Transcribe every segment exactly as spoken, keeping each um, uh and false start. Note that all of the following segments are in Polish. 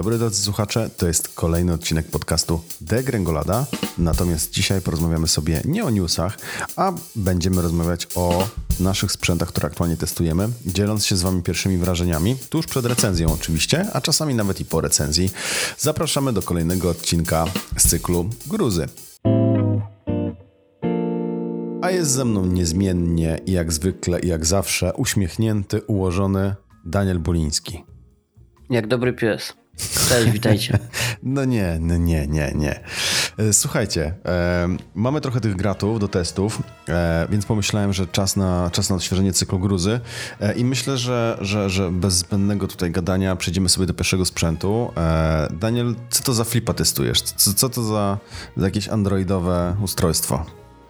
dobry drodzy słuchacze, to jest kolejny odcinek podcastu Degrengolada, natomiast dzisiaj porozmawiamy sobie nie o newsach, a będziemy rozmawiać o naszych sprzętach, które aktualnie testujemy, dzieląc się z wami pierwszymi wrażeniami, tuż przed recenzją oczywiście, a czasami nawet i po recenzji. Zapraszamy do kolejnego odcinka z cyklu Gruzy. A jest ze mną niezmiennie i jak zwykle i jak zawsze uśmiechnięty, ułożony Daniel Buliński. Jak dobry pies. Cześć, witajcie. No nie, no nie, nie, nie. Słuchajcie, e, mamy trochę tych gratów do testów, e, więc pomyślałem, że czas na, czas na odświeżenie cyklu Gruzy e, i myślę, że, że, że bez zbędnego tutaj gadania przejdziemy sobie do pierwszego sprzętu. E, Daniel, co to za flipa testujesz? Co, co to za, za jakieś androidowe ustrojstwo?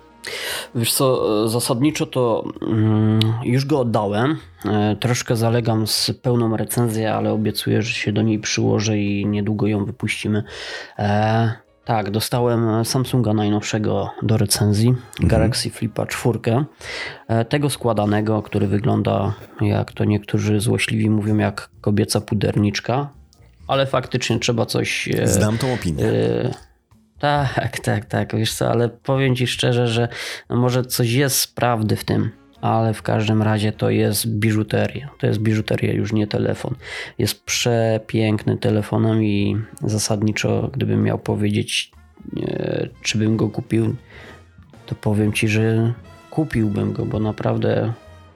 Wiesz co, zasadniczo to mm, już go oddałem. E, troszkę zalegam z pełną recenzję, ale obiecuję, że się do niej przyłożę i niedługo ją wypuścimy. E, tak, dostałem Samsunga najnowszego do recenzji, mhm. Galaxy Flipa cztery. E, tego składanego, który wygląda, jak to niektórzy złośliwi mówią, jak kobieca puderniczka. Ale faktycznie trzeba coś... E, Znam tą opinię. E, Tak, tak, tak, wiesz co, ale powiem ci szczerze, że no może coś jest z prawdy w tym, ale w każdym razie to jest biżuteria, to jest biżuteria, już nie telefon. Jest przepiękny telefonem i zasadniczo, gdybym miał powiedzieć, e, czy bym go kupił, to powiem ci, że kupiłbym go, bo naprawdę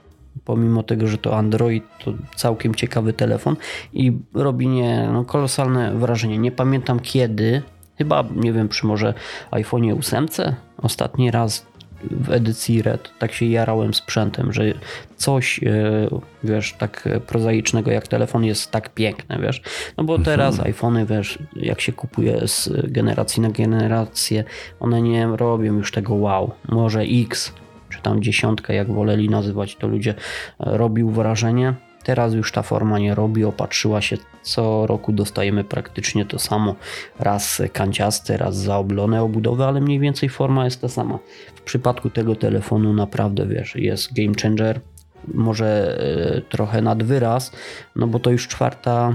pomimo tego, że to Android, to całkiem ciekawy telefon i robi nie, no, kolosalne wrażenie. Nie pamiętam kiedy, chyba, nie wiem, przy może iPhone'ie osiem ostatni raz w edycji Red tak się jarałem sprzętem, że coś, wiesz, tak prozaicznego jak telefon jest tak piękne, wiesz. No bo teraz mhm. iPhone'y, wiesz, jak się kupuje z generacji na generację, one nie robią już tego wow. Może X, czy tam dziesiątka, jak woleli nazywać to ludzie, robił wrażenie. Teraz już ta forma nie robi, opatrzyła się, co roku dostajemy praktycznie to samo. Raz kanciaste, raz zaoblone obudowy, ale mniej więcej forma jest ta sama. W przypadku tego telefonu naprawdę, wiesz, jest game changer, może e, trochę nad wyraz, no bo to już czwarta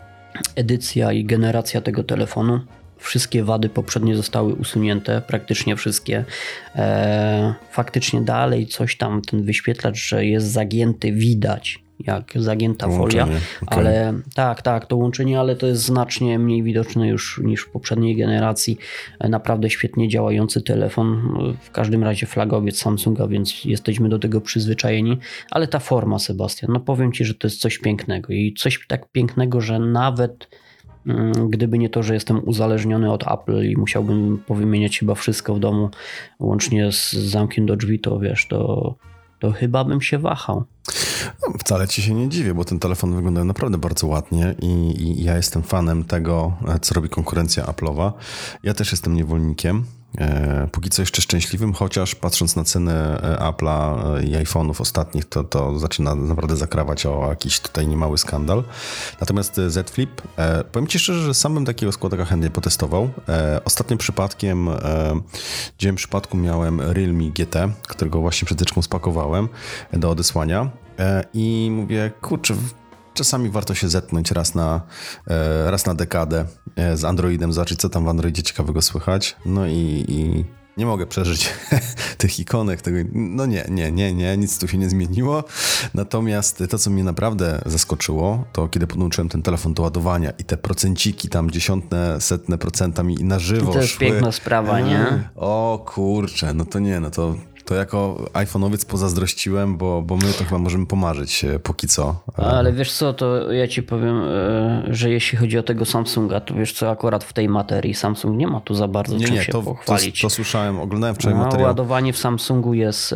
edycja i generacja tego telefonu. Wszystkie wady poprzednie zostały usunięte, praktycznie wszystkie. E, faktycznie dalej coś tam, ten wyświetlacz, że jest zagięty, widać. Jak zagięta folia, okay. ale tak, tak, to łączenie, ale to jest znacznie mniej widoczne już niż w poprzedniej generacji. Naprawdę świetnie działający telefon, w każdym razie flagowiec Samsunga, więc jesteśmy do tego przyzwyczajeni, ale ta forma, Sebastian, no powiem ci, że to jest coś pięknego i coś tak pięknego, że nawet gdyby nie to, że jestem uzależniony od Apple i musiałbym powymieniać chyba wszystko w domu, łącznie z zamkiem do drzwi, to wiesz, to, to chyba bym się wahał. No, wcale ci się nie dziwię, bo ten telefon wygląda naprawdę bardzo ładnie i, i ja jestem fanem tego, co robi konkurencja Apple'owa. Ja też jestem niewolnikiem. E, póki co jeszcze szczęśliwym, chociaż patrząc na ceny Apple'a i iPhone'ów ostatnich, to, to zaczyna naprawdę zakrawać o jakiś tutaj niemały skandal. Natomiast Z Flip, e, powiem ci szczerze, że sam bym takiego składaka chętnie potestował. E, ostatnim przypadkiem, e, w dzień przypadku miałem Realme G T, którego właśnie przed chwileczką spakowałem do odesłania e, i mówię, kurczę, czasami warto się zetknąć raz na, raz na dekadę z Androidem, zobaczyć, co tam w Androidzie ciekawego słychać. No i, i nie mogę przeżyć tych ikonek. Tego, no nie, nie, nie, nie, nic tu się nie zmieniło. Natomiast to, co mnie naprawdę zaskoczyło, to kiedy podłączyłem ten telefon do ładowania i te procenciki tam dziesiątne, setne procentami na żywo to jest szły. Piękna sprawa, nie? O kurczę, no to nie, no to... To jako iPhone'owiec pozazdrościłem, bo, bo my to chyba możemy pomarzyć póki co. Ale wiesz co, to ja ci powiem, że jeśli chodzi o tego Samsunga, to wiesz co, akurat w tej materii Samsung nie ma tu za bardzo nie, czym nie, się to, pochwalić. To, to słyszałem, oglądałem wczoraj no, materiał. Ładowanie w Samsungu jest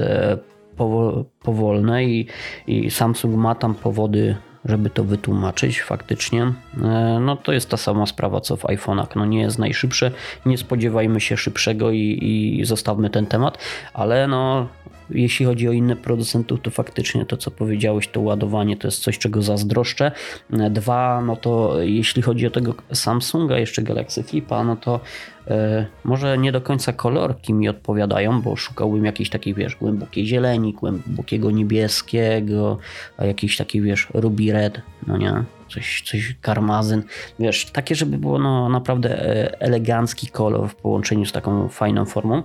powolne i, i Samsung ma tam powody, żeby to wytłumaczyć faktycznie. No to jest ta sama sprawa co w iPhone'ach. No nie jest najszybsze, nie spodziewajmy się szybszego i, i zostawmy ten temat, ale no jeśli chodzi o inne producentów, to faktycznie to, co powiedziałeś, to ładowanie to jest coś, czego zazdroszczę. Dwa, no to jeśli chodzi o tego Samsunga, jeszcze Galaxy Flipa, no to e, może nie do końca kolorki mi odpowiadają, bo szukałbym jakiejś takiej, wiesz, głębokiej zieleni, głębokiego niebieskiego, a jakiejś takiej, wiesz, ruby red, no nie? Coś, coś karmazyn, wiesz, takie, żeby było no naprawdę elegancki kolor w połączeniu z taką fajną formą.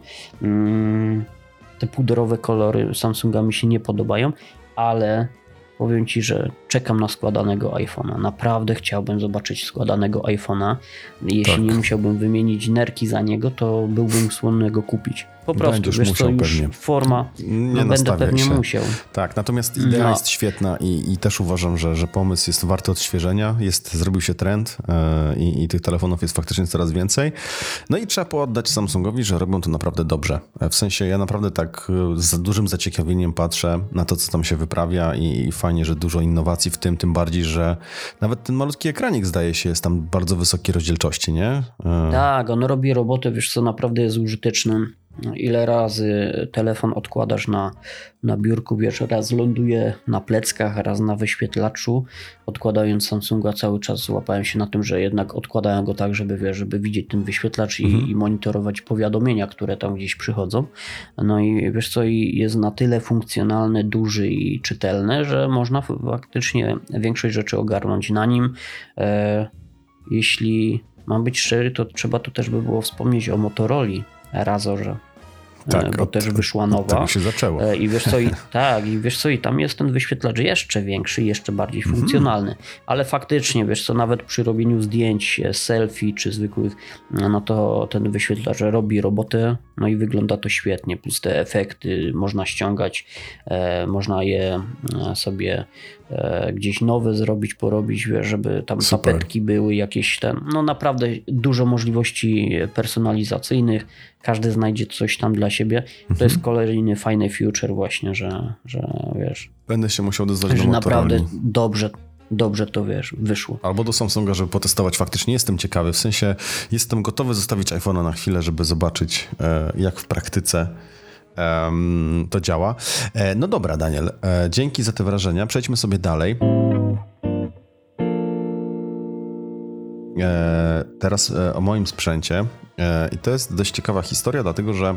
Mm, te puderowe kolory Samsunga mi się nie podobają, ale powiem Ci, że czekam na składanego iPhone'a. Naprawdę chciałbym zobaczyć składanego iPhone'a. Jeśli tak. nie musiałbym wymienić nerki za niego, to byłbym skłonny go kupić. Po prostu, Będziesz wiesz musiał co, już pewnie. forma, nie no będę pewnie się. musiał. Tak, natomiast idea no. jest świetna i, i też uważam, że, że pomysł jest warty odświeżenia. Jest, zrobił się trend yy, i, i tych telefonów jest faktycznie coraz więcej. No i trzeba pooddać Samsungowi, że robią to naprawdę dobrze. W sensie ja naprawdę tak z dużym zaciekawieniem patrzę na to, co tam się wyprawia i, i fajnie, że dużo innowacji w tym, tym bardziej, że nawet ten malutki ekranik zdaje się jest tam bardzo wysokiej rozdzielczości, nie? Yy. Tak, on robi robotę, wiesz co, naprawdę jest użyteczny. Ile razy telefon odkładasz na, na biurku, wiesz, raz ląduje na pleckach, raz na wyświetlaczu. Odkładając Samsunga cały czas złapałem się na tym, że jednak odkładałem go tak, żeby, wiesz, żeby widzieć ten wyświetlacz mhm. i, i monitorować powiadomienia, które tam gdzieś przychodzą. No i wiesz co, i jest na tyle funkcjonalny, duży i czytelny, że można faktycznie większość rzeczy ogarnąć na nim. E, jeśli mam być szczery, to trzeba tu też by było wspomnieć o Motoroli Razorze. Tak, bo od, też wyszła nowa. Od tego się zaczęło. I wiesz co, i, tak, i wiesz co, i tam jest ten wyświetlacz jeszcze większy, jeszcze bardziej mm-hmm. funkcjonalny. Ale faktycznie, wiesz co, nawet przy robieniu zdjęć, selfie czy zwykłych, no to ten wyświetlacz robi robotę, no i wygląda to świetnie. Plus te efekty można ściągać, e, można je sobie e, gdzieś nowe zrobić, porobić, wiesz, żeby tam Super. Tapetki były jakieś ten, no naprawdę dużo możliwości personalizacyjnych. Każdy znajdzie coś tam dla siebie. To mhm. jest kolejny fajny feature właśnie, że, że wiesz... Będę się musiał dozwać że do Motorola. naprawdę dobrze, dobrze to wiesz, wyszło. Albo do Samsunga, żeby potestować. Faktycznie jestem ciekawy. W sensie jestem gotowy zostawić iPhone'a na chwilę, żeby zobaczyć, jak w praktyce to działa. No dobra, Daniel. Dzięki za te wrażenia. Przejdźmy sobie dalej. Teraz o moim sprzęcie. I to jest dość ciekawa historia, dlatego że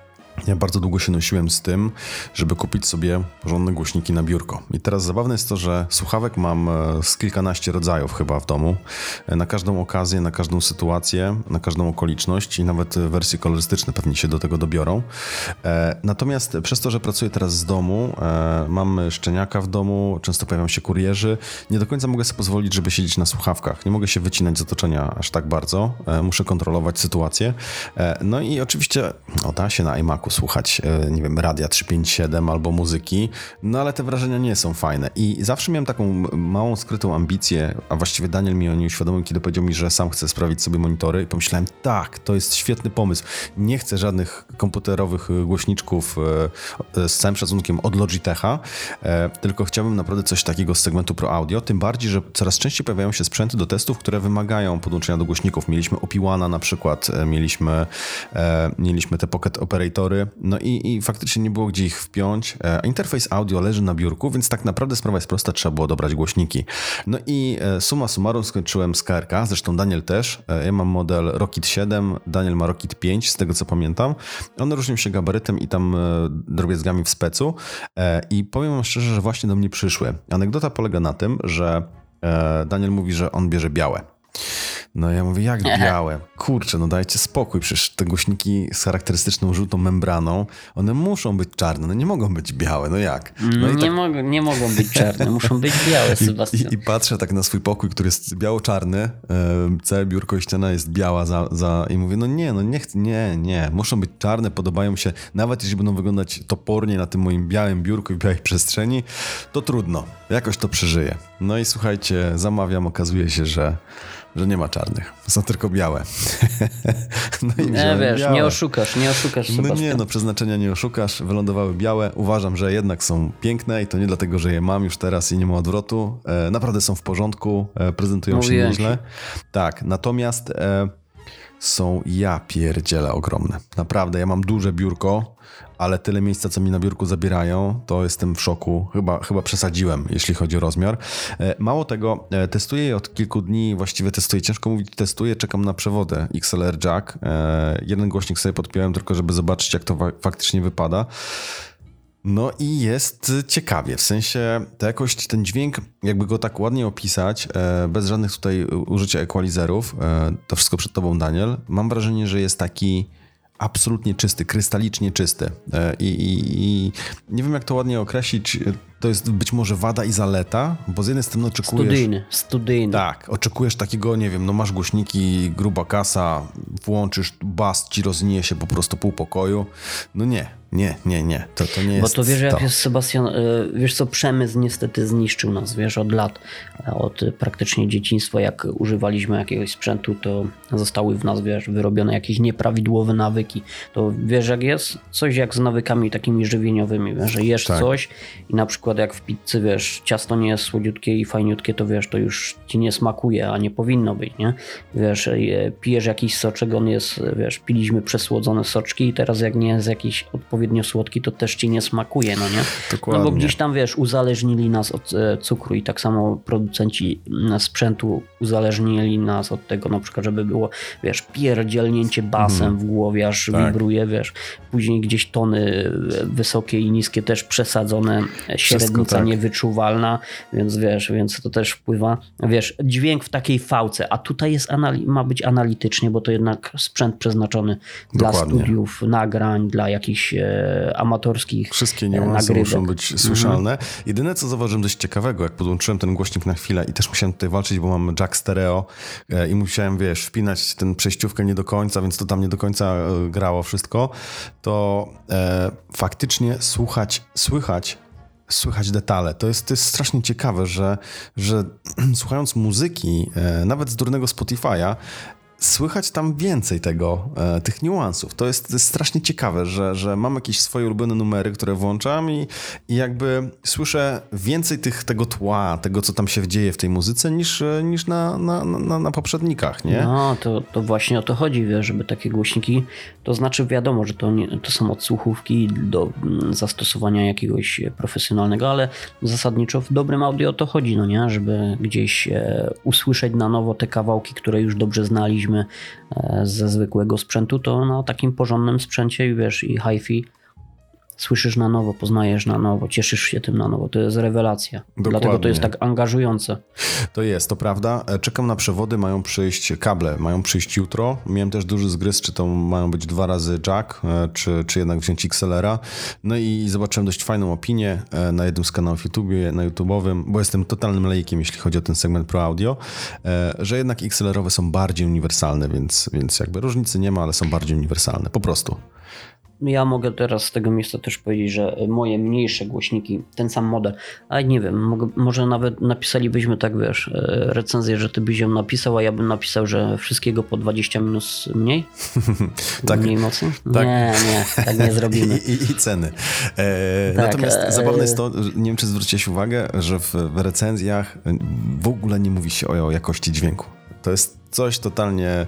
ja bardzo długo się nosiłem z tym, żeby kupić sobie porządne głośniki na biurko. I teraz zabawne jest to, że słuchawek mam z kilkanaście rodzajów chyba w domu. Na każdą okazję, na każdą sytuację, na każdą okoliczność i nawet wersje kolorystyczne pewnie się do tego dobiorą. Natomiast przez to, że pracuję teraz z domu, mam szczeniaka w domu, często pojawiają się kurierzy, nie do końca mogę sobie pozwolić, żeby siedzieć na słuchawkach. Nie mogę się wycinać z otoczenia aż tak bardzo. Muszę kontrolować sytuację. No i oczywiście no, da się na iMacu słuchać, nie wiem, radia trzysta pięćdziesiąt siedem albo muzyki, no ale te wrażenia nie są fajne. I zawsze miałem taką małą, skrytą ambicję, a właściwie Daniel mi o niej uświadomił, kiedy powiedział mi, że sam chce sprawić sobie monitory i pomyślałem, tak, to jest świetny pomysł. Nie chcę żadnych komputerowych głośniczków z całym szacunkiem od Logitecha, tylko chciałbym naprawdę coś takiego z segmentu Pro Audio, tym bardziej, że coraz częściej pojawiają się sprzęty do testów, które wymagają podłączenia do głośników. Mieliśmy O P One na przykład, mieliśmy, mieliśmy te Pocket Operatory, no i, i faktycznie nie było gdzie ich wpiąć. E, interfejs audio leży na biurku, więc tak naprawdę sprawa jest prosta, trzeba było dobrać głośniki. No i e, summa summarum skończyłem z K R K, zresztą Daniel też. E, ja mam model Rockit siedem, Daniel ma Rockit pięć, z tego co pamiętam. One różnią się gabarytem i tam e, drobiazgami w specu. E, I powiem wam szczerze, że właśnie do mnie przyszły. Anegdota polega na tym, że e, Daniel mówi, że on bierze białe. No ja mówię, jak białe? Kurczę, no dajcie spokój, przecież te głośniki z charakterystyczną żółtą membraną, one muszą być czarne, no nie mogą być białe, no jak? No nie, tak... mogą, nie mogą być czarne, muszą być białe, Sebastian. I, i, I patrzę tak na swój pokój, który jest biało-czarny, e, całe biurko i ściana jest biała za, za... i mówię, no nie, no nie chcę, nie, nie, muszą być czarne, podobają mi się, nawet jeśli będą wyglądać topornie na tym moim białym biurku i białej przestrzeni, to trudno, jakoś to przeżyję. No i słuchajcie, zamawiam, okazuje się, że że nie ma czarnych, są tylko białe. No i nie wiesz, białe. nie oszukasz, nie oszukasz, Sebastian. No nie, no przeznaczenia nie oszukasz, wylądowały białe. Uważam, że jednak są piękne i to nie dlatego, że je mam już teraz i nie ma odwrotu. E, naprawdę są w porządku, e, prezentują Mówiłem się nieźle. Się. Tak, natomiast e, są ja pierdziele ogromne. Naprawdę, ja mam duże biurko, ale tyle miejsca, co mi na biurku zabierają, to jestem w szoku. Chyba, chyba przesadziłem, jeśli chodzi o rozmiar. Mało tego, testuję je od kilku dni, właściwie testuję, ciężko mówić, testuję, czekam na przewody X L R jack. Jeden głośnik sobie podpiąłem tylko, żeby zobaczyć, jak to faktycznie wypada. No i jest ciekawie, w sensie ta jakość, ten dźwięk, jakby go tak ładnie opisać, e, bez żadnych tutaj użycia equalizerów, e, to wszystko przed tobą, Daniel, mam wrażenie, że jest taki absolutnie czysty, krystalicznie czysty. E, i, i, i nie wiem, jak to ładnie określić. To jest być może wada i zaleta, bo z jednej strony oczekujesz... Studyjny, studyjny. Tak, oczekujesz takiego, nie wiem, no masz głośniki, gruba kasa, włączysz, bas ci rozniesie po prostu pół pokoju. No nie, nie, nie, nie, to, to nie jest Bo to wiesz, jak to. jest, Sebastian, wiesz co, przemysł niestety zniszczył nas, wiesz, od lat, od praktycznie dzieciństwa, jak używaliśmy jakiegoś sprzętu, to zostały w nas, wiesz, wyrobione jakieś nieprawidłowe nawyki. To wiesz, jak jest? Coś jak z nawykami takimi żywieniowymi, wiesz, że jesz Tak. coś i na przykład jak w pizzy, wiesz, ciasto nie jest słodziutkie i fajniutkie, to wiesz, to już ci nie smakuje, a nie powinno być, nie? Wiesz, pijesz jakiś soczek, on jest, wiesz, piliśmy przesłodzone soczki i teraz jak nie jest jakiś odpowiednio słodki, to też ci nie smakuje, no nie? Dokładnie. No bo gdzieś tam, wiesz, uzależnili nas od e, cukru i tak samo producenci sprzętu uzależnili nas od tego, na przykład, żeby było, wiesz, pierdzielnięcie basem mm. w głowie, aż tak. wibruje, wiesz, później gdzieś tony wysokie i niskie też przesadzone, średnica tak. niewyczuwalna, więc wiesz, więc to też wpływa, wiesz, dźwięk w takiej fałce, a tutaj jest anali- ma być analitycznie, bo to jednak sprzęt przeznaczony Dokładnie. dla studiów, nagrań, dla jakichś e, amatorskich Wszystkie niuanse nagrywek. muszą być słyszalne. Mhm. Jedyne, co zauważyłem dość ciekawego, jak podłączyłem ten głośnik na chwilę i też musiałem tutaj walczyć, bo mamy jack stereo e, i musiałem, wiesz, wpinać ten przejściówkę nie do końca, więc to tam nie do końca e, grało wszystko, to e, faktycznie słuchać, słychać Słychać detale. To jest, to jest strasznie ciekawe, że, że słuchając muzyki, e, nawet z durnego Spotify'a, słychać tam więcej tego, e, tych niuansów. To jest, to jest strasznie ciekawe, że, że mam jakieś swoje ulubione numery, które włączam i, i jakby słyszę więcej tych, tego tła, tego, co tam się dzieje w tej muzyce, niż, niż na, na, na, na poprzednikach, nie? No, to, to właśnie o to chodzi, wiesz, żeby takie głośniki, to znaczy wiadomo, że to, nie, to są odsłuchówki do zastosowania jakiegoś profesjonalnego, ale zasadniczo w dobrym audio o to chodzi, no nie? Żeby gdzieś e, usłyszeć na nowo te kawałki, które już dobrze znaliśmy ze zwykłego sprzętu, to na takim porządnym sprzęcie, wiesz, i hi-fi słyszysz na nowo, poznajesz na nowo, cieszysz się tym na nowo. To jest rewelacja. Dokładnie. Dlatego to jest tak angażujące. To jest, to prawda. Czekam na przewody, mają przyjść kable, mają przyjść jutro. Miałem też duży zgryz, czy to mają być dwa razy jack, czy, czy jednak wziąć X L R-a. No i zobaczyłem dość fajną opinię na jednym z kanałów YouTube, na YouTube'owym, bo jestem totalnym laikiem, jeśli chodzi o ten segment Pro Audio, że jednak X L R-owe są bardziej uniwersalne, więc, więc jakby różnicy nie ma, ale są bardziej uniwersalne, po prostu. Ja mogę teraz z tego miejsca też powiedzieć, że moje mniejsze głośniki, ten sam model, a nie wiem, mogę, może nawet napisalibyśmy tak, wiesz, recenzję, że ty byś ją napisał, a ja bym napisał, że wszystkiego po dwadzieścia minus mniej? tak, mniej mocy? Tak. Nie, nie, tak nie zrobimy. I, i, i ceny. E, tak, natomiast e... zabawne jest to, nie wiem, czy zwróciłeś uwagę, że w, w recenzjach w ogóle nie mówi się o, o jakości dźwięku. To jest coś totalnie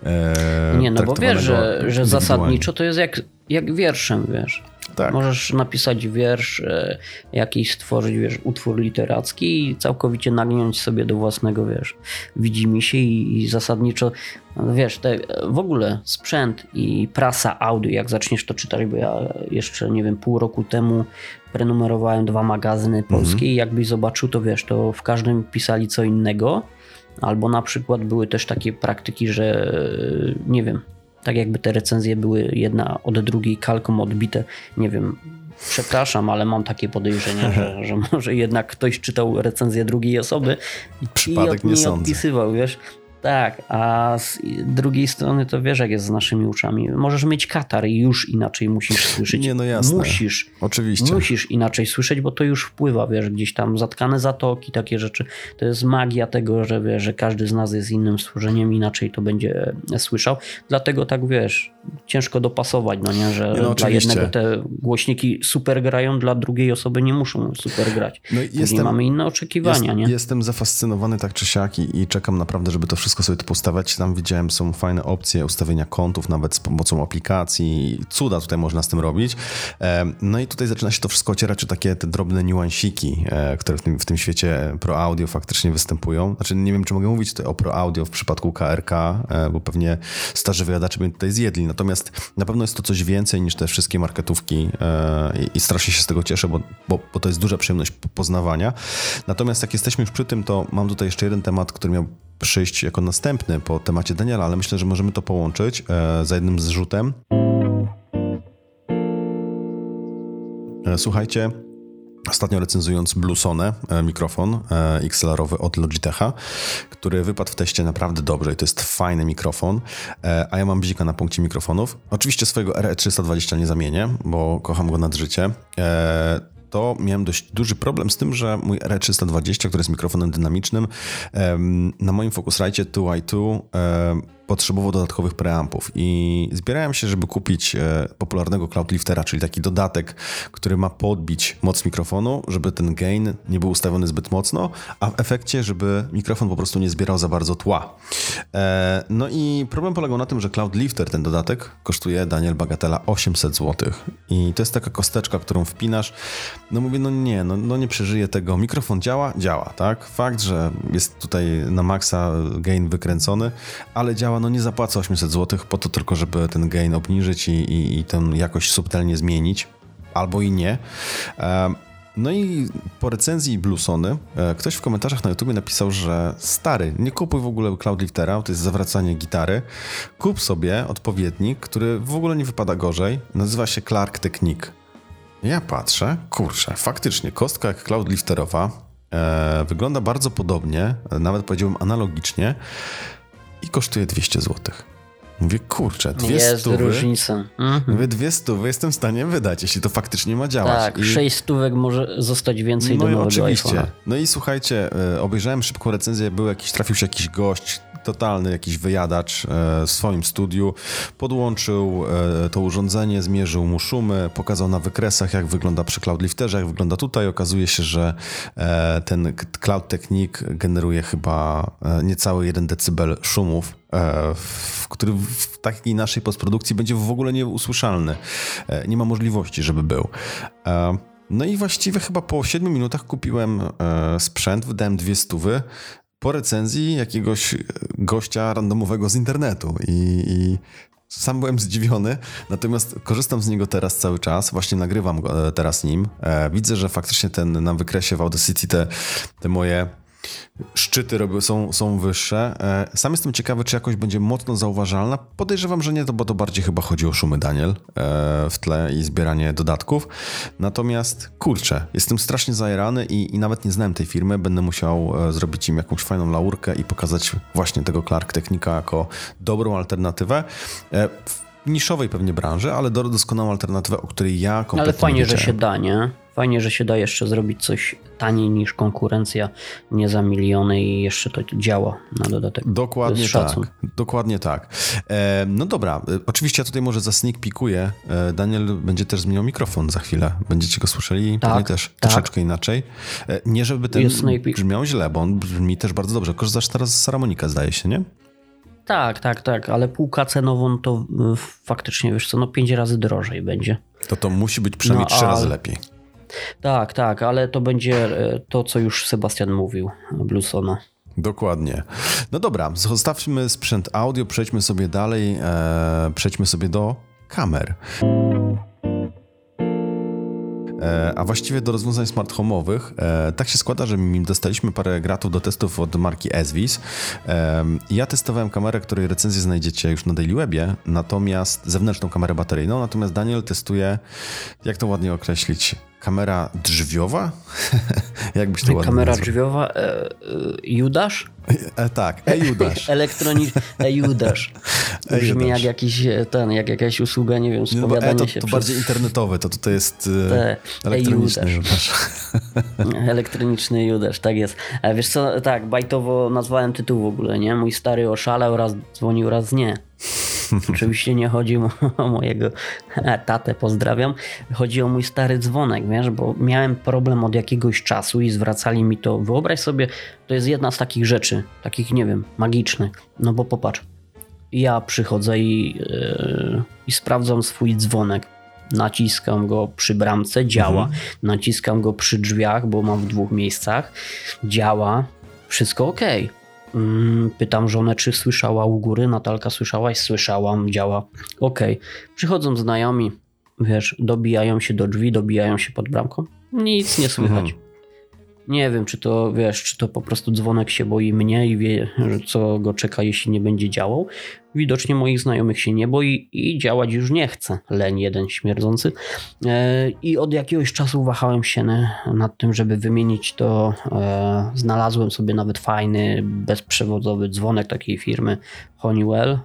e, Nie, no bo wiesz, że, że zasadniczo to jest jak, jak wierszem, wiesz. Tak. Możesz napisać wiersz, e, jakiś stworzyć, wiesz, utwór literacki i całkowicie nagiąć sobie do własnego, wiesz, widzimisię i, i zasadniczo, no wiesz, te, w ogóle sprzęt i prasa audio, jak zaczniesz to czytać, bo ja jeszcze, nie wiem, pół roku temu prenumerowałem dwa magazyny polskie mhm. i jakbyś zobaczył, to wiesz, to w każdym pisali co innego. Albo na przykład były też takie praktyki, że nie wiem, tak jakby te recenzje były jedna od drugiej kalką odbite, nie wiem, przepraszam, ale mam takie podejrzenie, że, że może jednak ktoś czytał recenzję drugiej osoby Przypadek i od, nie, nie sądzę. odpisywał, wiesz. Tak, a z drugiej strony to wiesz, jak jest z naszymi uszami. Możesz mieć katar i już inaczej musisz słyszeć. Nie, no jasne. Musisz. Oczywiście. Musisz inaczej słyszeć, bo to już wpływa, wiesz, gdzieś tam zatkane zatoki, takie rzeczy. To jest magia tego, że wiesz, że każdy z nas jest innym stworzeniem, inaczej to będzie słyszał. Dlatego tak, wiesz, ciężko dopasować, no nie, że nie, no, dla jednego te głośniki super grają, dla drugiej osoby nie muszą super grać. No i jestem, mamy inne oczekiwania, jest, nie? Jestem zafascynowany tak czy siak i, i czekam naprawdę, żeby to wszystko wszystko sobie to postawiać. Tam widziałem, są fajne opcje ustawienia kontów, nawet z pomocą aplikacji. Cuda tutaj można z tym robić. No i tutaj zaczyna się to wszystko ocierać o takie te drobne niuansiki, które w tym, w tym świecie Pro Audio faktycznie występują. Znaczy nie wiem, czy mogę mówić tutaj o Pro Audio w przypadku K R K, bo pewnie starzy wyjadacze mnie tutaj zjedli. Natomiast na pewno jest to coś więcej niż te wszystkie marketówki i strasznie się z tego cieszę, bo, bo, bo to jest duża przyjemność poznawania. Natomiast jak jesteśmy już przy tym, to mam tutaj jeszcze jeden temat, który miał przyjść jako następny po temacie Daniela, ale myślę, że możemy to połączyć e, za jednym zrzutem. E, słuchajcie, ostatnio recenzując Bluesonę, e, mikrofon e, X L R-owy od Logitecha, który wypadł w teście naprawdę dobrze i to jest fajny mikrofon, e, a ja mam bzika na punkcie mikrofonów. Oczywiście swojego R E trzysta dwadzieścia nie zamienię, bo kocham go nad życie. E, to miałem dość duży problem z tym, że mój R E trzysta dwadzieścia, który jest mikrofonem dynamicznym, na moim Focusrite two i two potrzebował dodatkowych preampów i zbierałem się, żeby kupić popularnego Cloudliftera, czyli taki dodatek, który ma podbić moc mikrofonu, żeby ten gain nie był ustawiony zbyt mocno, a w efekcie, żeby mikrofon po prostu nie zbierał za bardzo tła. No i problem polegał na tym, że Cloudlifter, ten dodatek, kosztuje, Daniel, bagatela osiemset złotych i to jest taka kosteczka, którą wpinasz. No mówię, no nie, no, no nie przeżyję tego. Mikrofon działa? Działa, tak? Fakt, że jest tutaj na maksa gain wykręcony, ale działa, no nie zapłacę osiemset złotych po to tylko, żeby ten gain obniżyć i, i, i tę jakość subtelnie zmienić, albo i nie. No i po recenzji Bluesony ktoś w komentarzach na YouTubie napisał, że stary, nie kupuj w ogóle Cloudliftera, to jest zawracanie gitary, kup sobie odpowiednik, który w ogóle nie wypada gorzej, nazywa się Clark Technique. Ja patrzę, kurczę, faktycznie kostka jak Cloudlifterowa, e, wygląda bardzo podobnie, nawet powiedziałbym analogicznie i kosztuje dwieście złotych. Mówię, kurczę, dwie jest stówy. różnica. Mhm. Mówię, dwie stówy jestem w stanie wydać, jeśli to faktycznie ma działać. Tak, I... sześć stówek może zostać więcej no do i nowego oczywiście. iPhone'a. No i słuchajcie, obejrzałem szybką recenzję, był jakiś, trafił się jakiś gość, totalny jakiś wyjadacz w swoim studiu, podłączył to urządzenie, zmierzył mu szumy, pokazał na wykresach, jak wygląda przy Cloudlifterze, jak wygląda tutaj. Okazuje się, że ten Cloud Technique generuje chyba niecały jeden decybel szumów, który w takiej naszej postprodukcji będzie w ogóle nieusłyszalny. Nie ma możliwości, żeby był. No i właściwie chyba po siedmiu minutach kupiłem sprzęt, wydałem dwie stówy po recenzji jakiegoś gościa randomowego z internetu i, i sam byłem zdziwiony, natomiast korzystam z niego teraz cały czas, właśnie nagrywam go teraz nim. Widzę, że faktycznie ten na wykresie w Audacity te, te moje szczyty robią, są, są wyższe. Sam jestem ciekawy, czy jakoś będzie mocno zauważalna. Podejrzewam, że nie, to, bo to bardziej chyba chodzi o szumy, Daniel, w tle i zbieranie dodatków. Natomiast kurczę, jestem strasznie zajarany i, i nawet nie znałem tej firmy. Będę musiał zrobić im jakąś fajną laurkę i pokazać właśnie tego Clark Technica jako dobrą alternatywę. W niszowej pewnie branży, ale do, doskonałą alternatywę, o której ja kompletnie ale fajnie, nie że się da, nie? Fajnie, że się da jeszcze zrobić coś taniej niż konkurencja, nie za miliony i jeszcze to działa na dodatek. Dokładnie tak. Dokładnie tak. E, no dobra, oczywiście ja tutaj może za sneak peekuję. E, Daniel będzie też zmieniał mikrofon za chwilę. Będziecie go słyszeli tak, pewnie też tak. troszeczkę inaczej. E, nie żeby ten brzmiał źle, bo on brzmi też bardzo dobrze. Korzystasz teraz z Saramonika, zdaje się, nie? Tak, tak, tak, ale półkę cenową to faktycznie, wiesz co, no pięć razy drożej będzie. To to musi być przynajmniej no, trzy a... razy lepiej. Tak, tak, ale to będzie to, co już Sebastian mówił, Bluesona. Dokładnie. No dobra, zostawmy sprzęt audio, przejdźmy sobie dalej, e, przejdźmy sobie do kamer. A właściwie do rozwiązań smart home'owych. Tak się składa, że dostaliśmy parę gratów do testów od marki Esvis. Ja testowałem kamerę, której recenzję znajdziecie już na Daily Webie, natomiast zewnętrzną kamerę bateryjną, natomiast Daniel testuje, jak to ładnie określić, kamera drzwiowa? Jak byś to ładnie Kamera nazwał? drzwiowa, e, e, Judasz? E, tak, e-Judasz. Elektroniczny e-Judasz. Brzmi jak jakiś ten, jak jakaś usługa, nie wiem, spowiadanie no, e, to, się to przez... bardziej internetowe, to tutaj jest Te, elektroniczny Judasz. Elektroniczny Judasz, tak jest. A wiesz co, tak, bajtowo nazwałem tytuł w ogóle, nie? Mój stary oszalał, raz dzwonił, raz nie. Oczywiście nie chodzi o mojego tatę, pozdrawiam. Chodzi o mój stary dzwonek, wiesz, bo miałem problem od jakiegoś czasu i zwracali mi to. Wyobraź sobie, to jest jedna z takich rzeczy, takich, nie wiem, magicznych. No bo popatrz, ja przychodzę i, yy, i sprawdzam swój dzwonek. Naciskam go przy bramce, działa. Mhm. Naciskam go przy drzwiach, bo mam w dwóch miejscach. Działa. Wszystko ok. Pytam żonę, czy słyszała u góry. Natalka, słyszałaś? Słyszałam, działa. Ok. Przychodzą znajomi, wiesz, dobijają się do drzwi, dobijają się pod bramką. Nic nie słychać. Mhm. Nie wiem, czy to, wiesz, czy to po prostu dzwonek się boi mnie i wie, że co go czeka, jeśli nie będzie działał. Widocznie moich znajomych się nie boi i działać już nie chce. Leń jeden śmierdzący. I od jakiegoś czasu wahałem się nad tym, żeby wymienić to. Znalazłem sobie nawet fajny, bezprzewodowy dzwonek takiej firmy Honeywell.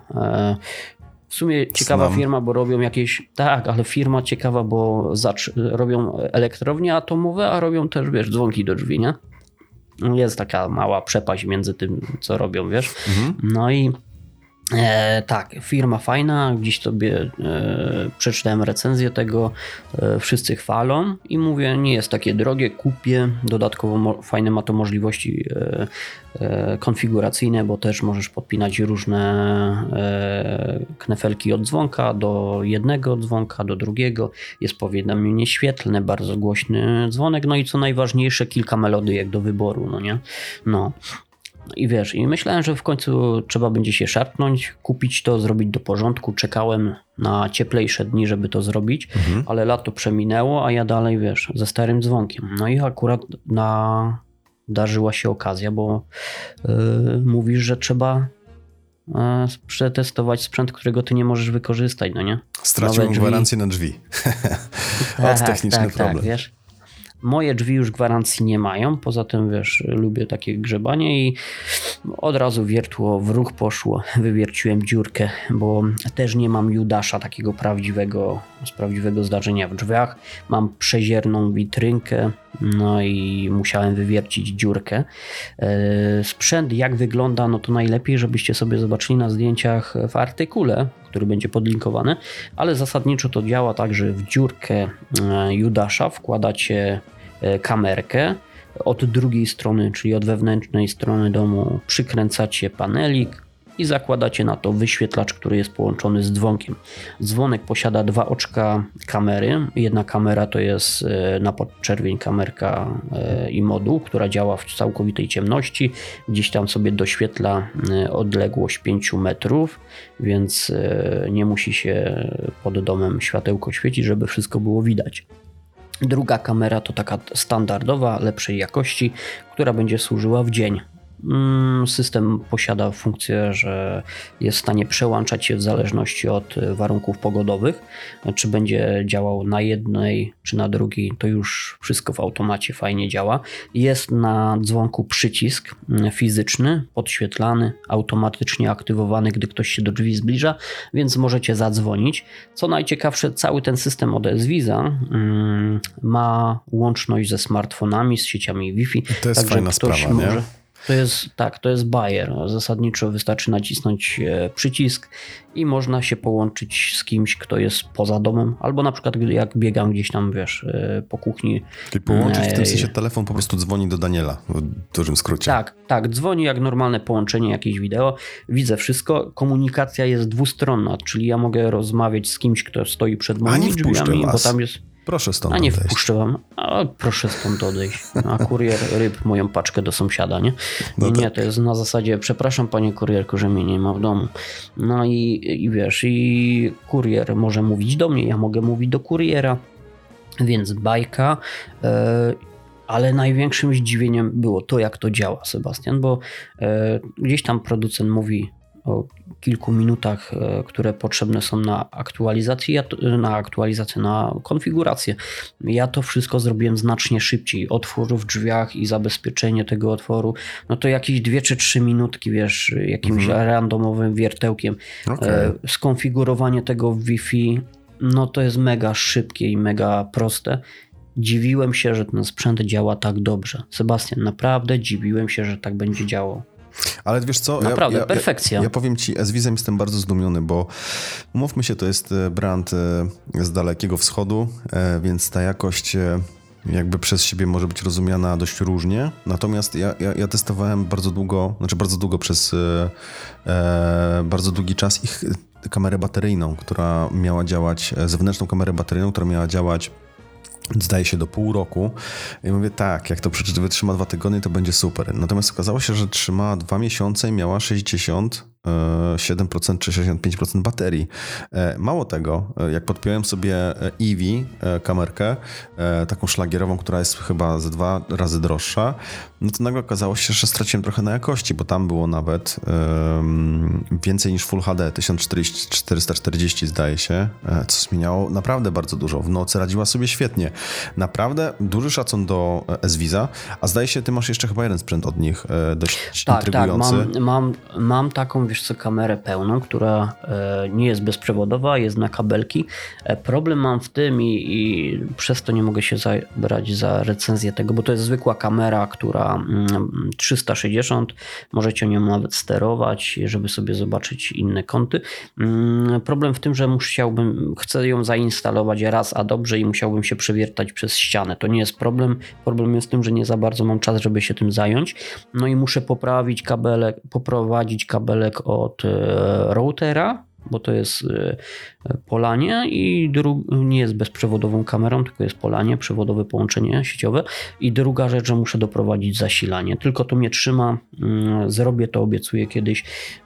W sumie ciekawa Znam. firma, bo robią jakieś... Tak, ale firma ciekawa, bo zacz, robią elektrownie atomowe, a robią też, wiesz, dzwonki do drzwi, nie? Jest taka mała przepaść między tym, co robią, wiesz? Mhm. No i e, tak, firma fajna, gdzieś sobie e, przeczytałem recenzję tego, e, wszyscy chwalą i mówię, nie jest takie drogie, kupię, dodatkowo mo- fajne ma to możliwości e, e, konfiguracyjne, bo też możesz podpinać różne e, knefelki od dzwonka do jednego dzwonka, do drugiego, jest powiadomienie świetlne, bardzo głośny dzwonek, no i co najważniejsze, kilka melodyjek do wyboru, no nie? No. I wiesz, i myślałem, że w końcu trzeba będzie się szarpnąć, kupić to, zrobić do porządku. Czekałem na cieplejsze dni, żeby to zrobić, mhm. ale lato przeminęło, a ja dalej, wiesz, ze starym dzwonkiem. No i akurat nadarzyła się okazja, bo yy, mówisz, że trzeba yy, przetestować sprzęt, którego ty nie możesz wykorzystać, no nie? Straciłem gwarancję na drzwi. Od techniczny tak, problem. Tak, wiesz. Moje drzwi już gwarancji nie mają, poza tym, wiesz, lubię takie grzebanie i od razu wiertło w ruch poszło, wywierciłem dziurkę, bo też nie mam Judasza takiego prawdziwego, z prawdziwego zdarzenia w drzwiach, mam przezierną witrynkę, no i musiałem wywiercić dziurkę. Sprzęt jak wygląda, no to najlepiej, żebyście sobie zobaczyli na zdjęciach w artykule, który będzie podlinkowany, ale zasadniczo to działa tak, że w dziurkę Judasza wkładacie kamerkę, od drugiej strony, czyli od wewnętrznej strony domu przykręcacie panelik i zakładacie na to wyświetlacz, który jest połączony z dzwonkiem. Dzwonek posiada dwa oczka kamery. Jedna kamera to jest na podczerwień kamerka i moduł, która działa w całkowitej ciemności. Gdzieś tam sobie doświetla odległość pięć metrów, więc nie musi się pod domem światełko świecić, żeby wszystko było widać. Druga kamera to taka standardowa, lepszej jakości, która będzie służyła w dzień. System posiada funkcję, że jest w stanie przełączać się w zależności od warunków pogodowych. Czy będzie działał na jednej, czy na drugiej, to już wszystko w automacie fajnie działa. Jest na dzwonku przycisk fizyczny, podświetlany, automatycznie aktywowany, gdy ktoś się do drzwi zbliża, więc możecie zadzwonić. Co najciekawsze, cały ten system od S-Wiza hmm, ma łączność ze smartfonami, z sieciami Wi-Fi. To jest także fajna ktoś sprawa, może... nie? To jest, tak, to jest bajer. Zasadniczo wystarczy nacisnąć przycisk i można się połączyć z kimś, kto jest poza domem, albo na przykład jak biegam gdzieś tam, wiesz, po kuchni. Czyli połączyć w tym sensie telefon po prostu dzwoni do Daniela, w dużym skrócie. Tak, tak, dzwoni jak normalne połączenie, jakieś wideo, widzę wszystko, komunikacja jest dwustronna, czyli ja mogę rozmawiać z kimś, kto stoi przed moimi drzwiami, bo tam jest... Proszę stąd A nie odejść. wpuszczę wam. A proszę stąd odejść. A kurier ryb moją paczkę do sąsiada, nie? No nie, tak. nie, to jest na zasadzie przepraszam panie kurierku, że mnie nie ma w domu. No i, i wiesz, i kurier może mówić do mnie, ja mogę mówić do kuriera, więc bajka. Yy, ale największym zdziwieniem było to, jak to działa, Sebastian, bo yy, gdzieś tam producent mówi o kilku minutach, które potrzebne są na aktualizację, na aktualizację, na konfigurację. Ja to wszystko zrobiłem znacznie szybciej. Otwór w drzwiach i zabezpieczenie tego otworu, no to jakieś dwie czy trzy minutki, wiesz, jakimś mhm. randomowym wiertełkiem. Okay. Skonfigurowanie tego w Wi-Fi, no to jest mega szybkie i mega proste. Dziwiłem się, że ten sprzęt działa tak dobrze. Sebastian, naprawdę dziwiłem się, że tak będzie działał. Ale wiesz co? Naprawdę, ja, ja, perfekcja. Ja, ja powiem ci, z Vizem jestem bardzo zdumiony, bo umówmy się, to jest brand z Dalekiego Wschodu, więc ta jakość jakby przez siebie może być rozumiana dość różnie. Natomiast ja, ja, ja testowałem bardzo długo, znaczy bardzo długo przez e, bardzo długi czas ich kamerę bateryjną, która miała działać, zewnętrzną kamerę bateryjną, która miała działać zdaje się do pół roku. I mówię, tak, jak to wytrzyma dwa tygodnie, to będzie super. Natomiast okazało się, że trzyma dwa miesiące i miała sześćdziesiąt siedem procent czy sześćdziesiąt pięć procent baterii. Mało tego, jak podpiąłem sobie Eevee kamerkę, taką szlagierową, która jest chyba ze dwa razy droższa, no to nagle okazało się, że straciłem trochę na jakości, bo tam było nawet um, więcej niż Full H D, tysiąc czterysta czterdzieści zdaje się, co zmieniało naprawdę bardzo dużo. W nocy radziła sobie świetnie. Naprawdę duży szacun do S-Viza, a zdaje się, ty masz jeszcze chyba jeden sprzęt od nich, dość tak, intrygujący. Tak, mam, mam, mam taką, wiesz co, kamerę pełną, która e, nie jest bezprzewodowa, jest na kabelki. E, problem mam w tym i, i przez to nie mogę się zabrać za recenzję tego, bo to jest zwykła kamera, która mm, trzysta sześćdziesiąt, możecie nią nawet sterować, żeby sobie zobaczyć inne kąty. Mm, problem w tym, że musiałbym, chcę ją zainstalować raz, a dobrze i musiałbym się przewiertać przez ścianę. To nie jest problem. Problem jest w tym, że nie za bardzo mam czas, żeby się tym zająć. No i muszę poprawić kabelek, poprowadzić kabelek od routera, bo to jest polanie i dru- nie jest bezprzewodową kamerą, tylko jest polanie, przewodowe połączenie sieciowe. I druga rzecz, że muszę doprowadzić zasilanie. Tylko to mnie trzyma, zrobię to, obiecuję kiedyś.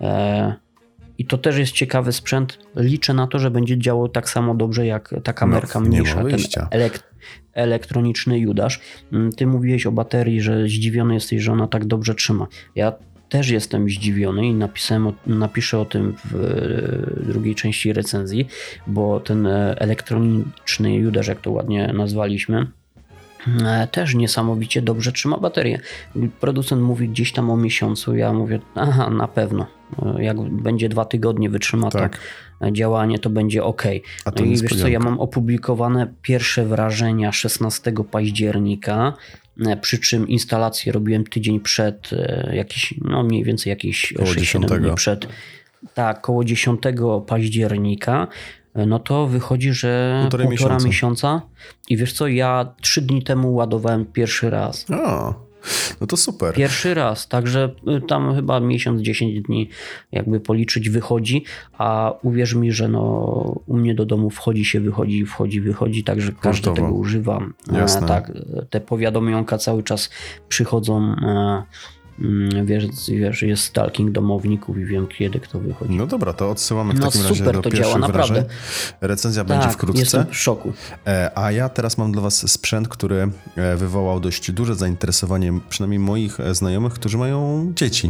I to też jest ciekawy sprzęt. Liczę na to, że będzie działał tak samo dobrze jak ta kamerka no, mniejsza, ten elek- elektroniczny Judasz. Ty mówiłeś o baterii, że zdziwiony jesteś, że ona tak dobrze trzyma. Ja też jestem zdziwiony i napisałem, napiszę o tym w drugiej części recenzji, bo ten elektroniczny Judasz, jak to ładnie nazwaliśmy, też niesamowicie dobrze trzyma baterię. Producent mówi gdzieś tam o miesiącu, ja mówię, aha, na pewno. Jak będzie dwa tygodnie wytrzyma tak. to działanie, to będzie ok. No i wiesz co, ja mam opublikowane pierwsze wrażenia szesnastego października, przy czym instalację robiłem tydzień przed, jakiś, no mniej więcej jakieś sześć siedem dni przed. Tak, koło dziesiątego października. No to wychodzi, że półtora, półtora miesiąca. miesiąca i wiesz co, ja trzy dni temu ładowałem pierwszy raz. A, no to super. Pierwszy raz, także tam chyba miesiąc, dziesięć dni jakby policzyć wychodzi, a uwierz mi, że no u mnie do domu wchodzi się, wychodzi, wchodzi, wychodzi, także każdy tego używa. Jasne. Tak, te powiadomionka cały czas przychodzą. Wiesz, wiesz, jest stalking domowników i wiem, kiedy kto wychodzi. No dobra, to odsyłamy w no takim super, razie do to pierwszych działa, wrażeń. naprawdę. Recenzja tak, będzie wkrótce. Jestem w szoku. A ja teraz mam dla was sprzęt, który wywołał dość duże zainteresowanie przynajmniej moich znajomych, którzy mają dzieci.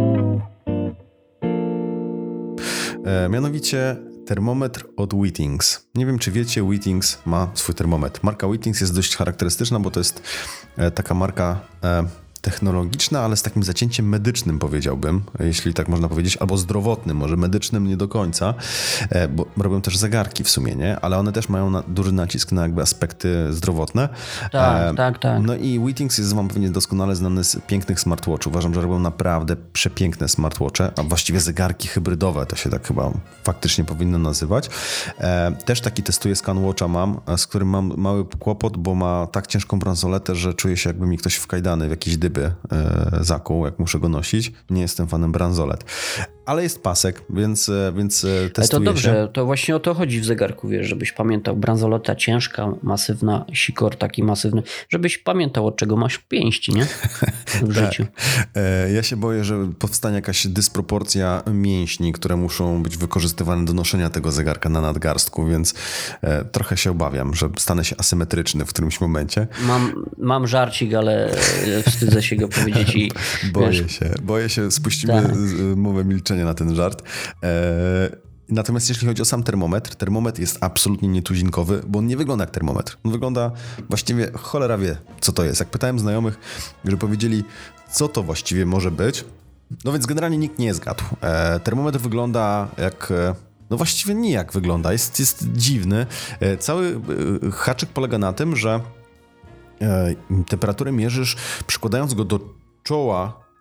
Mianowicie termometr od Whittings. Nie wiem, czy wiecie, Whittings ma swój termometr. Marka Whittings jest dość charakterystyczna, bo to jest taka marka technologiczna, ale z takim zacięciem medycznym, powiedziałbym, jeśli tak można powiedzieć, albo zdrowotnym, może medycznym nie do końca, bo robią też zegarki w sumie, nie? Ale one też mają na, duży nacisk na jakby aspekty zdrowotne. Tak, e, tak, tak. No i Whittings jest wam pewnie doskonale znany z pięknych smartwatch. Uważam, że robią naprawdę przepiękne smartwatche, a właściwie zegarki hybrydowe, to się tak chyba faktycznie powinno nazywać. E, też taki testuję ScanWatcha mam, z którym mam mały kłopot, bo ma tak ciężką bransoletę, że czuję się, jakby mi ktoś w kajdany, w jakiś dyby e, zakuł, jak muszę go nosić. Nie jestem fanem bransolet. Ale jest pasek, więc, więc testuję Ale to dobrze, się. To właśnie o to chodzi w zegarku, wiesz, żebyś pamiętał. Bransoleta ciężka, masywna, sikor taki masywny, żebyś pamiętał, od czego masz pięści, nie? W życiu. E, ja się boję, że powstanie jakaś dysproporcja mięśni, które muszą być wykorzystywane do noszenia tego zegarka na nadgarstku, więc e, trochę się obawiam, że stanę się asymetryczny w którymś momencie. Mam, mam żarcik, ale wstydzę się go powiedzieć i boję wiesz, się, boję się, spuścimy tak. mowę milczenia na ten żart. E, Natomiast jeśli chodzi o sam termometr, termometr jest absolutnie nietuzinkowy, bo on nie wygląda jak termometr. On wygląda właściwie, cholera wie, co to jest. Jak pytałem znajomych, że powiedzieli, co to właściwie może być, no więc generalnie nikt nie zgadł. E, termometr wygląda jak... No właściwie nijak wygląda, jest, jest dziwny. E, cały e, haczyk polega na tym, że e, temperaturę mierzysz przykładając go do czoła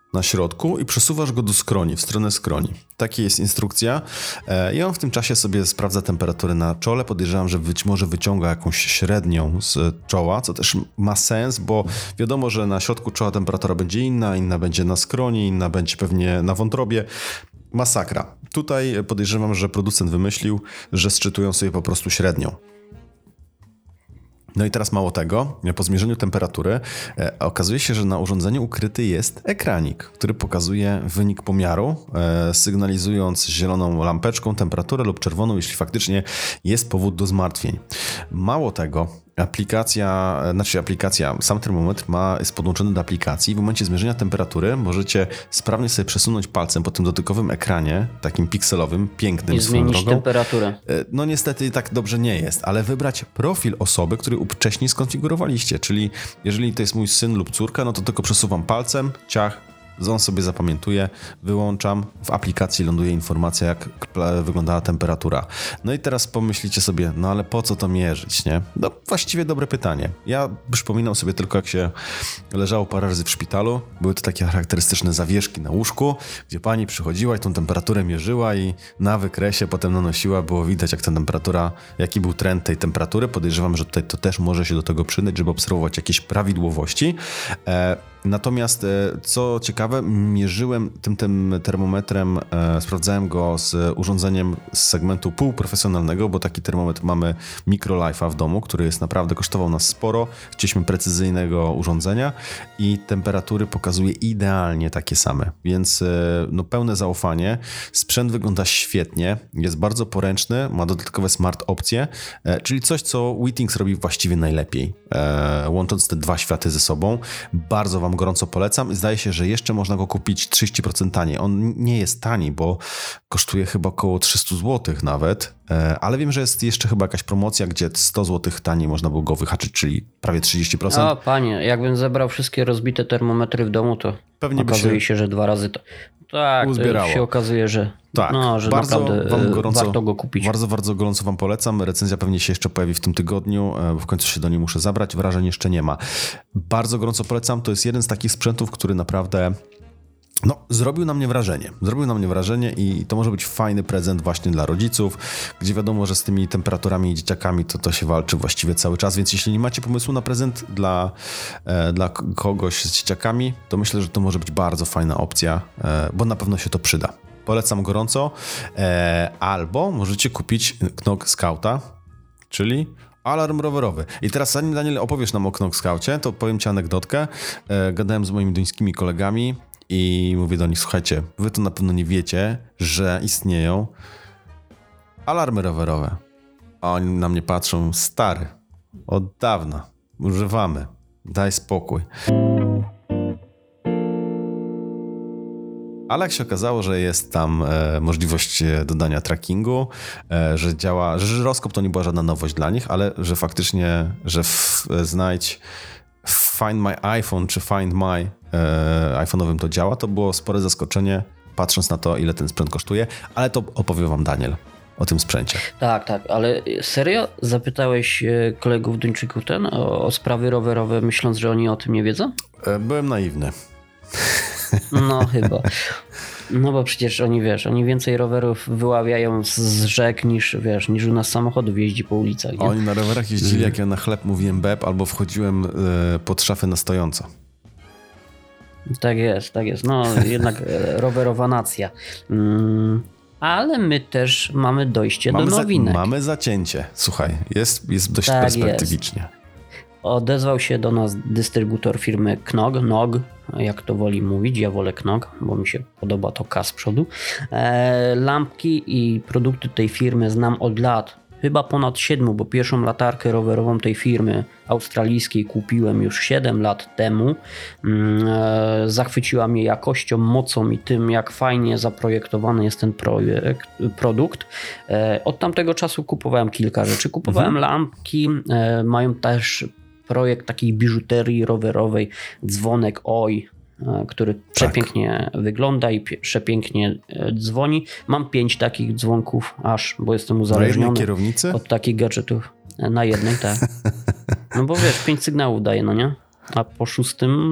na środku i przesuwasz go do skroni, w stronę skroni. Taka jest instrukcja. I on w tym czasie sobie sprawdza temperaturę na czole. Podejrzewam, że być może wyciąga jakąś średnią z czoła, co też ma sens, bo wiadomo, że na środku czoła temperatura będzie inna, inna będzie na skroni, inna będzie pewnie na wątrobie. Masakra. Tutaj podejrzewam, że producent wymyślił, że sczytują sobie po prostu średnią. No i teraz mało tego, po zmierzeniu temperatury e, okazuje się, że na urządzeniu ukryty jest ekranik, który pokazuje wynik pomiaru, e, sygnalizując zieloną lampeczką temperaturę lub czerwoną, jeśli faktycznie jest powód do zmartwień. Mało tego, aplikacja, znaczy aplikacja, sam termometr ma, jest podłączony do aplikacji. W momencie zmierzenia temperatury możecie sprawnie sobie przesunąć palcem po tym dotykowym ekranie, takim pikselowym, pięknym i swoją zmienić drogą. temperaturę. No niestety tak dobrze nie jest, ale wybrać profil osoby, który wcześniej skonfigurowaliście, czyli jeżeli to jest mój syn lub córka, no to tylko przesuwam palcem, ciach, on sobie zapamiętuje, wyłączam, w aplikacji ląduje informacja, jak wyglądała temperatura. No i teraz pomyślicie sobie, no ale po co to mierzyć, nie? No właściwie dobre pytanie. Ja przypominam sobie tylko, jak się leżało parę razy w szpitalu, były to takie charakterystyczne zawieszki na łóżku, gdzie pani przychodziła i tą temperaturę mierzyła i na wykresie potem nanosiła, było widać, jak ta temperatura, jaki był trend tej temperatury. Podejrzewam, że tutaj to też może się do tego przydać, żeby obserwować jakieś prawidłowości. E, Natomiast, co ciekawe, mierzyłem tym, tym termometrem, e, sprawdzałem go z urządzeniem z segmentu półprofesjonalnego, bo taki termometr mamy Microlife'a w domu, który jest naprawdę, kosztował nas sporo. Chcieliśmy precyzyjnego urządzenia i temperatury pokazuje idealnie takie same, więc e, no, pełne zaufanie. Sprzęt wygląda świetnie, jest bardzo poręczny, ma dodatkowe smart opcje, e, czyli coś, co Withings robi właściwie najlepiej, e, łącząc te dwa światy ze sobą. Bardzo wam gorąco polecam. Zdaje się, że jeszcze można go kupić trzydzieści procent taniej. On nie jest tani, bo kosztuje chyba około trzysta złotych nawet, ale wiem, że jest jeszcze chyba jakaś promocja, gdzie sto złotych taniej można było go wyhaczyć, czyli prawie trzydzieści procent. O panie, jakbym zebrał wszystkie rozbite termometry w domu, to pewnie okazuje by się, że dwa razy to... Tak, uzbierało. To się okazuje, że, tak, no, że bardzo naprawdę wam gorąco, warto go kupić. Bardzo, bardzo gorąco wam polecam. Recenzja pewnie się jeszcze pojawi w tym tygodniu, bo w końcu się do niej muszę zabrać. Wrażeń jeszcze nie ma. Bardzo gorąco polecam. To jest jeden z takich sprzętów, który naprawdę no, zrobił na mnie wrażenie. Zrobił na mnie wrażenie i to może być fajny prezent właśnie dla rodziców, gdzie wiadomo, że z tymi temperaturami i dzieciakami to, to się walczy właściwie cały czas, więc jeśli nie macie pomysłu na prezent dla, e, dla kogoś z dzieciakami, to myślę, że to może być bardzo fajna opcja, e, bo na pewno się to przyda. Polecam gorąco. E, albo możecie kupić Knog Scouta, czyli alarm rowerowy. I teraz zanim, Daniel, opowiesz nam o Knog Scoucie, to powiem ci anegdotkę. E, gadałem z moimi duńskimi kolegami i mówię do nich, słuchajcie, wy to na pewno nie wiecie, że istnieją alarmy rowerowe. A oni na mnie patrzą, stary, od dawna, używamy, daj spokój. Ale jak się okazało, że jest tam e, możliwość dodania trackingu, e, że działa, że żyroskop to nie była żadna nowość dla nich, ale że faktycznie, że w, znajdź Find My iPhone czy Find My e, iPhone'owym to działa, to było spore zaskoczenie, patrząc na to, ile ten sprzęt kosztuje, ale to opowie wam Daniel o tym sprzęcie. Tak, tak, ale serio? Zapytałeś kolegów Duńczyków ten o, o sprawy rowerowe, myśląc, że oni o tym nie wiedzą? E, byłem naiwny. No chyba. No bo przecież oni, wiesz, oni więcej rowerów wyławiają z, z rzek niż, wiesz, niż u nas samochodów jeździ po ulicach. Nie? Oni na rowerach jeździli, jak ja na chleb mówiłem beb, albo wchodziłem y, pod szafę na stojąco. Tak jest, tak jest. No jednak rowerowa nacja. Mm, ale my też mamy dojście mamy do nowinek. Za, mamy zacięcie. Słuchaj, jest, jest dość tak perspektywicznie. Jest. Odezwał się do nas dystrybutor firmy Knog, Nog, jak to woli mówić, ja wolę Knog, bo mi się podoba to K z przodu. E, lampki i produkty tej firmy znam od lat, chyba ponad siedmiu, bo pierwszą latarkę rowerową tej firmy australijskiej kupiłem już siedem lat temu. E, zachwyciła mnie jakością, mocą i tym, jak fajnie zaprojektowany jest ten projekt, produkt. E, od tamtego czasu kupowałem kilka rzeczy. Kupowałem mhm. lampki, e, mają też projekt takiej biżuterii rowerowej, dzwonek Oj, który tak. przepięknie wygląda i przepięknie dzwoni. Mam pięć takich dzwonków aż, bo jestem uzależniony od takich gadżetów. Na jednej, tak. No bo wiesz, pięć sygnałów daje, no nie? A po szóstym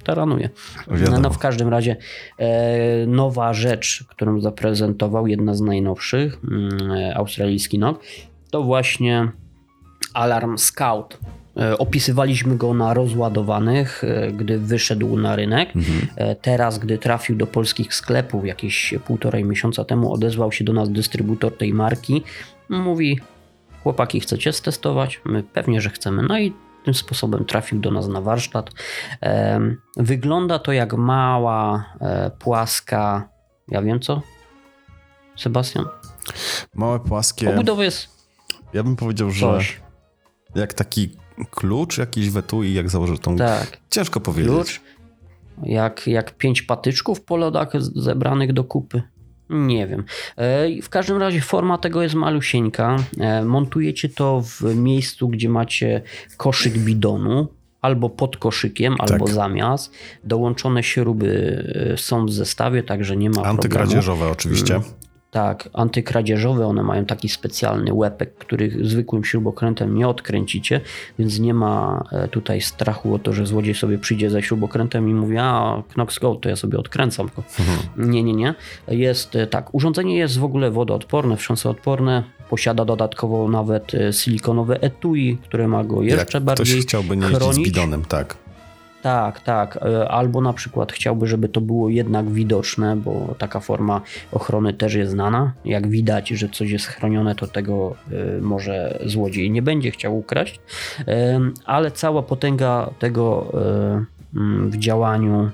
taranuje. Wiadomo. No w każdym razie e, nowa rzecz, którą zaprezentował, jedna z najnowszych, e, australijski N O G, to właśnie Alarm Scout. E, opisywaliśmy go na rozładowanych, e, gdy wyszedł na rynek. Mhm. E, teraz, gdy trafił do polskich sklepów jakieś półtorej miesiąca temu, odezwał się do nas dystrybutor tej marki. Mówi: chłopaki, chcecie stestować? My pewnie, że chcemy. No i tym sposobem trafił do nas na warsztat. E, wygląda to jak mała, e, płaska... Ja wiem co? Sebastian? Małe, płaskie... Obudowa jest... Ja bym powiedział, że coś. Jak taki klucz, jakiś wetui, jak założę tą... Tak. Ciężko powiedzieć. Klucz, jak, jak pięć patyczków po lodach zebranych do kupy. Nie wiem. E, w każdym razie forma tego jest malusieńka. E, montujecie to w miejscu, gdzie macie koszyk bidonu, albo pod koszykiem, tak. albo zamiast. Dołączone śruby są w zestawie, także nie ma problemu. Antykradzieżowe oczywiście. Tak, antykradzieżowe, one mają taki specjalny łepek, który zwykłym śrubokrętem nie odkręcicie, więc nie ma tutaj strachu o to, że złodziej sobie przyjdzie ze śrubokrętem i mówi: a Knox Go, to ja sobie odkręcam. Mhm. Nie, nie, nie. Jest tak, urządzenie jest w ogóle wodoodporne, wstrząsoodporne, posiada dodatkowo nawet silikonowe etui, które ma go jeszcze Jak bardziej ktoś chciałby nie jeździć chronić. z bidonem, tak. Tak, tak. Albo na przykład chciałby, żeby to było jednak widoczne, bo taka forma ochrony też jest znana. Jak widać, że coś jest chronione, to tego y, może złodziej nie będzie chciał ukraść. Y, ale cała potęga tego y, y, w działaniu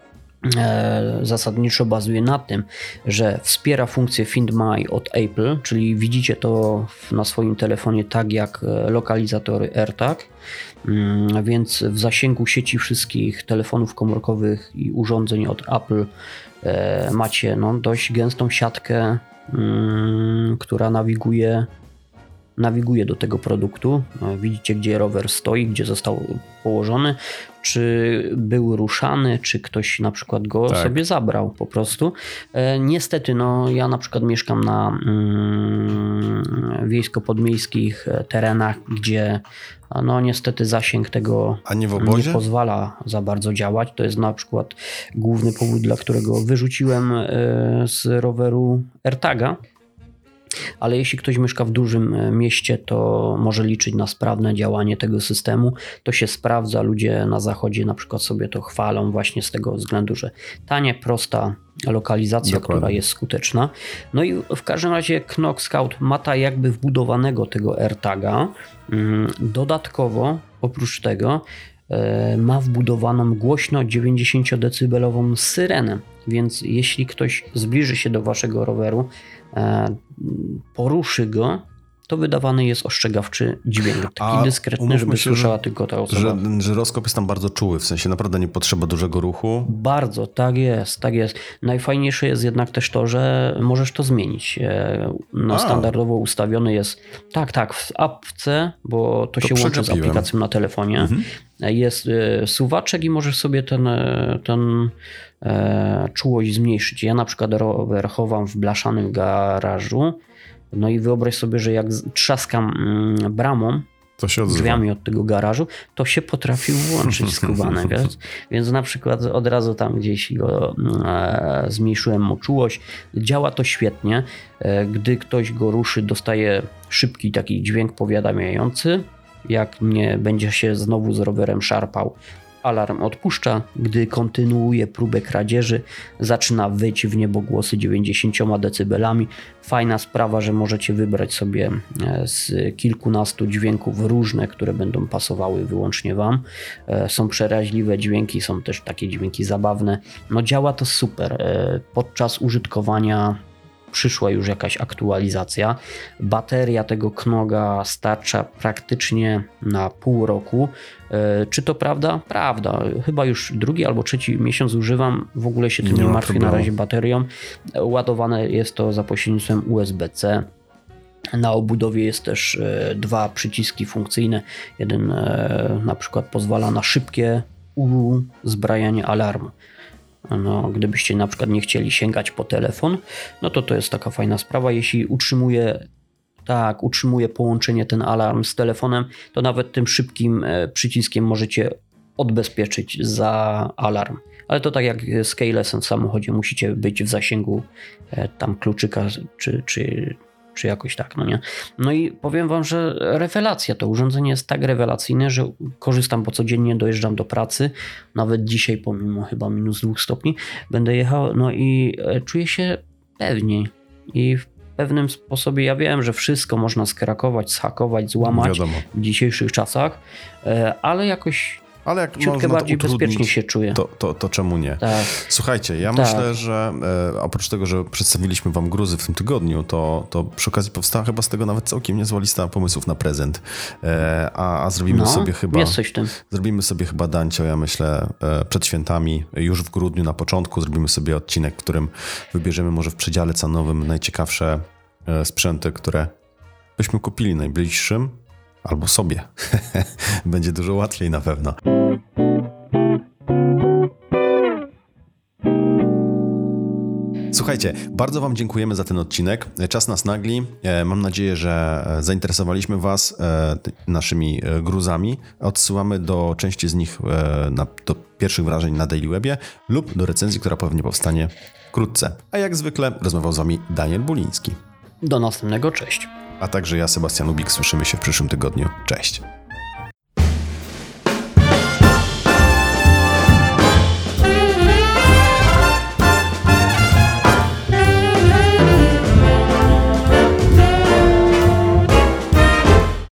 zasadniczo bazuje na tym, że wspiera funkcję Find My od Apple, czyli widzicie to na swoim telefonie tak jak lokalizatory AirTag, więc w zasięgu sieci wszystkich telefonów komórkowych i urządzeń od Apple macie no, dość gęstą siatkę, która nawiguje nawiguje do tego produktu. Widzicie, gdzie rower stoi, gdzie został położony, czy był ruszany, czy ktoś na przykład go tak. sobie zabrał po prostu. E, niestety, no ja na przykład mieszkam na mm, wiejsko-podmiejskich terenach, gdzie no niestety zasięg tego A nie, w obozie? nie pozwala za bardzo działać. To jest na przykład główny powód, dla którego wyrzuciłem e, z roweru AirTaga. Ale jeśli ktoś mieszka w dużym mieście, to może liczyć na sprawne działanie tego systemu. To się sprawdza. Ludzie na zachodzie na przykład sobie to chwalą właśnie z tego względu, że tanie, prosta lokalizacja, Dokładnie. która jest skuteczna. No i w każdym razie Knox Scout ma ta jakby wbudowanego tego AirTaga. Dodatkowo oprócz tego ma wbudowaną głośno dziewięćdziesięciodecybelową syrenę, więc jeśli ktoś zbliży się do waszego roweru, poruszy go, to wydawany jest ostrzegawczy dźwięk, taki A dyskretny, żeby się, słyszała że, tylko ta osoba. Że, że żyroskop jest tam bardzo czuły, w sensie naprawdę nie potrzeba dużego ruchu. Bardzo, tak jest, tak jest. Najfajniejsze jest jednak też to, że możesz to zmienić. No, A. standardowo ustawiony jest, tak, tak, w apce, bo to, to się łączy z aplikacją na telefonie. Mhm. Jest suwaczek i możesz sobie ten, ten e, czułość zmniejszyć. Ja na przykład rower chowam w blaszanym garażu. No i wyobraź sobie, że jak trzaskam mm, bramą, to się drzwiami od tego garażu, to się potrafi włączyć skubane, więc, więc na przykład od razu tam gdzieś go e, zmniejszyłem mu czułość. Działa to świetnie. E, gdy ktoś go ruszy, dostaje szybki taki dźwięk powiadamiający. Jak nie będzie się znowu z rowerem szarpał, alarm odpuszcza. Gdy kontynuuje próbę kradzieży, zaczyna wyć w niebogłosy dziewięćdziesięcioma decybelami. Fajna sprawa, że możecie wybrać sobie z kilkunastu dźwięków różne, które będą pasowały wyłącznie wam. Są przeraźliwe dźwięki, są też takie dźwięki zabawne. No działa to super. Podczas użytkowania przyszła już jakaś aktualizacja. Bateria tego Knoga starcza praktycznie na pół roku. Czy to prawda? Prawda. Chyba już drugi albo trzeci miesiąc używam. W ogóle się tym nie, nie martwię na razie baterią. Ładowane jest to za pośrednictwem U S B C. Na obudowie jest też dwa przyciski funkcyjne. Jeden na przykład pozwala na szybkie uzbrajanie alarmu. No, gdybyście na przykład nie chcieli sięgać po telefon, no to to jest taka fajna sprawa. Jeśli utrzymuje, tak, utrzymuje połączenie ten alarm z telefonem, to nawet tym szybkim przyciskiem możecie odbezpieczyć za alarm. Ale to tak jak z keylessem w samochodzie, musicie być w zasięgu tam kluczyka, czy, czy, czy jakoś tak, no nie. No i powiem wam, że rewelacja, to urządzenie jest tak rewelacyjne, że korzystam, bo codziennie dojeżdżam do pracy, nawet dzisiaj pomimo chyba minus dwóch stopni będę jechał, no i czuję się pewniej i w pewnym sposobie, ja wiem, że wszystko można skrakować, zhakować, złamać Wiadomo. w dzisiejszych czasach, ale jakoś Ale jak ciutkę bardziej bezpiecznie się czuję. To, to, to czemu nie? Tak. Słuchajcie, ja tak. myślę, że e, oprócz tego, że przedstawiliśmy wam gruzy w tym tygodniu, to, to przy okazji powstała chyba z tego nawet całkiem niezła lista pomysłów na prezent. E, a, a zrobimy no, sobie chyba... jest coś w tym. Zrobimy sobie chyba dancio, ja myślę, e, przed świętami, już w grudniu na początku zrobimy sobie odcinek, w którym wybierzemy może w przedziale cenowym najciekawsze e, sprzęty, które byśmy kupili najbliższym albo sobie. Będzie dużo łatwiej na pewno. Słuchajcie, bardzo wam dziękujemy za ten odcinek. Czas nas nagli. Mam nadzieję, że zainteresowaliśmy was naszymi gruzami. Odsyłamy do części z nich na, do pierwszych wrażeń na Daily Webie lub do recenzji, która pewnie powstanie wkrótce. A jak zwykle rozmawiał z wami Daniel Buliński. Do następnego, cześć. A także ja, Sebastian Lubik. Słyszymy się w przyszłym tygodniu. Cześć.